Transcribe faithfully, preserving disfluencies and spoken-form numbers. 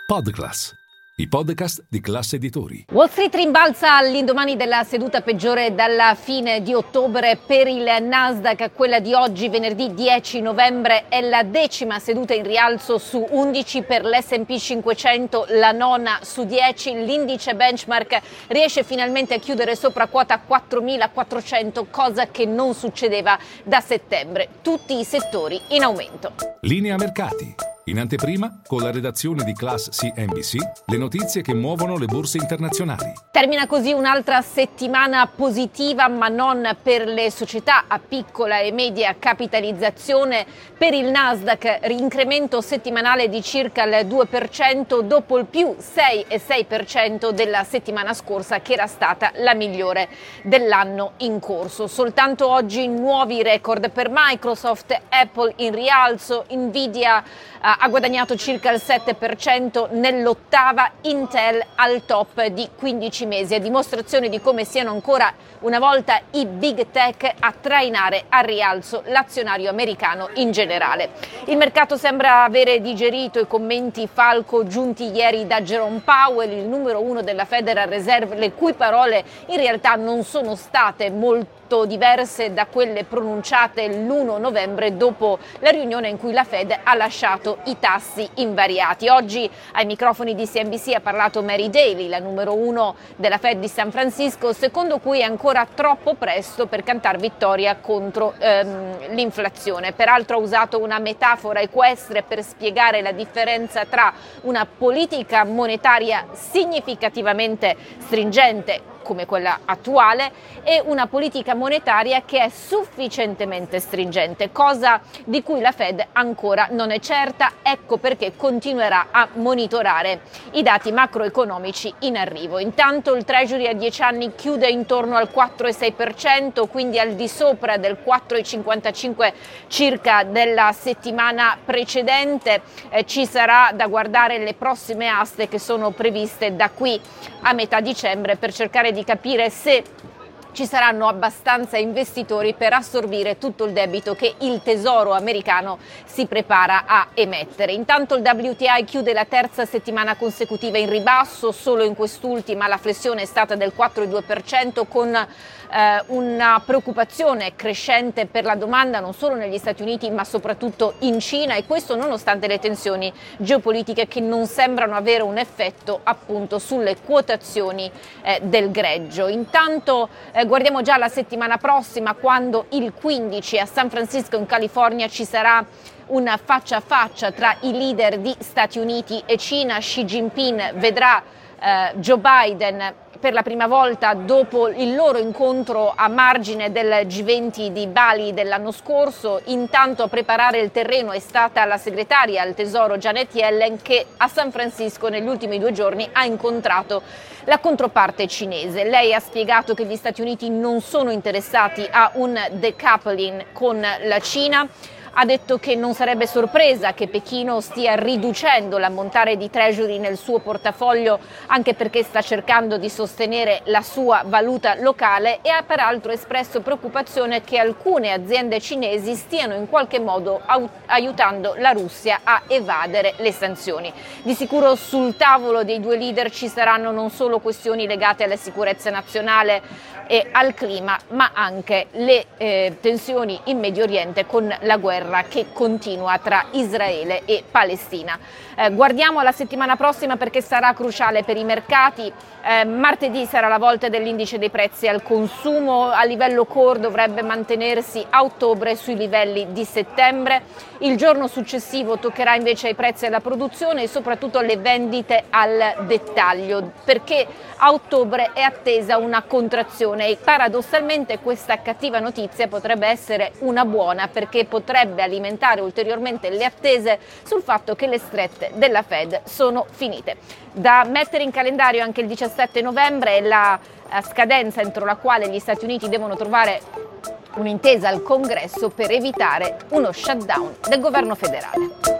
Podclass, i podcast di Class Editori. Wall Street rimbalza all'indomani della seduta peggiore dalla fine di ottobre per il Nasdaq. Quella di oggi, venerdì dieci novembre, è la decima seduta in rialzo su undici per l'S and P cinquecento, la nona su dieci. L'indice benchmark riesce finalmente a chiudere sopra quota quattromilaquattrocento, cosa che non succedeva da settembre. Tutti i settori in aumento. Linea mercati. In anteprima, con la redazione di Class C N B C, le notizie che muovono le borse internazionali. Termina così un'altra settimana positiva, ma non per le società a piccola e media capitalizzazione. Per il Nasdaq, incremento settimanale di circa il due per cento dopo il più sei virgola sei per cento della settimana scorsa, che era stata la migliore dell'anno in corso. Soltanto oggi nuovi record per Microsoft, Apple in rialzo, Nvidia ha guadagnato circa il sette per cento nell'ottava, Intel al top di quindici mesi, a dimostrazione di come siano ancora una volta i big tech a trainare al rialzo l'azionario americano in generale. Il mercato sembra avere digerito i commenti falco giunti ieri da Jerome Powell, il numero uno della Federal Reserve, le cui parole in realtà non sono state molto diverse da quelle pronunciate l'primo novembre dopo la riunione in cui la Fed ha lasciato i tassi invariati. Oggi ai microfoni di C N B C ha parlato Mary Daly, la numero uno della Fed di San Francisco, secondo cui è ancora troppo presto per cantar vittoria contro ehm, l'inflazione. Peraltro ha usato una metafora equestre per spiegare la differenza tra una politica monetaria significativamente stringente come quella attuale e una politica monetaria che è sufficientemente stringente, cosa di cui la Fed ancora non è certa. Ecco perché continuerà a monitorare i dati macroeconomici in arrivo. Intanto il Treasury a dieci anni chiude intorno al quattro virgola sei per cento, quindi al di sopra del quattro virgola cinquantacinque circa della settimana precedente. Eh, ci sarà da guardare le prossime aste che sono previste da qui a metà dicembre per cercare di capire se ci saranno abbastanza investitori per assorbire tutto il debito che il Tesoro americano si prepara a emettere. Intanto il W T I chiude la terza settimana consecutiva in ribasso, solo in quest'ultima la flessione è stata del quattro virgola due per cento, con eh, una preoccupazione crescente per la domanda non solo negli Stati Uniti ma soprattutto in Cina, e questo nonostante le tensioni geopolitiche che non sembrano avere un effetto appunto sulle quotazioni eh, del greggio. Intanto eh, guardiamo già la settimana prossima, quando il quindici a San Francisco in California ci sarà una faccia a faccia tra i leader di Stati Uniti e Cina. Xi Jinping vedrà eh, Joe Biden per la prima volta dopo il loro incontro a margine del G venti di Bali dell'anno scorso. Intanto a preparare il terreno è stata la segretaria al Tesoro Janet Yellen, che a San Francisco negli ultimi due giorni ha incontrato la controparte cinese. Lei ha spiegato che gli Stati Uniti non sono interessati a un decoupling con la Cina. Ha detto che non sarebbe sorpresa che Pechino stia riducendo l'ammontare di Treasury nel suo portafoglio, anche perché sta cercando di sostenere la sua valuta locale, e ha peraltro espresso preoccupazione che alcune aziende cinesi stiano in qualche modo au- aiutando la Russia a evadere le sanzioni. Di sicuro sul tavolo dei due leader ci saranno non solo questioni legate alla sicurezza nazionale e al clima, ma anche le eh, tensioni in Medio Oriente con la guerra che continua tra Israele e Palestina. Eh, guardiamo la settimana prossima perché sarà cruciale per i mercati. Eh, martedì sarà la volta dell'indice dei prezzi al consumo. A livello core dovrebbe mantenersi a ottobre sui livelli di settembre. Il giorno successivo toccherà invece ai prezzi alla produzione e soprattutto alle vendite al dettaglio, perché a ottobre è attesa una contrazione e paradossalmente questa cattiva notizia potrebbe essere una buona, perché potrebbe alimentare ulteriormente le attese sul fatto che le strette della Fed sono finite. Da mettere in calendario anche il diciassette novembre è la scadenza entro la quale gli Stati Uniti devono trovare un'intesa al Congresso per evitare uno shutdown del governo federale.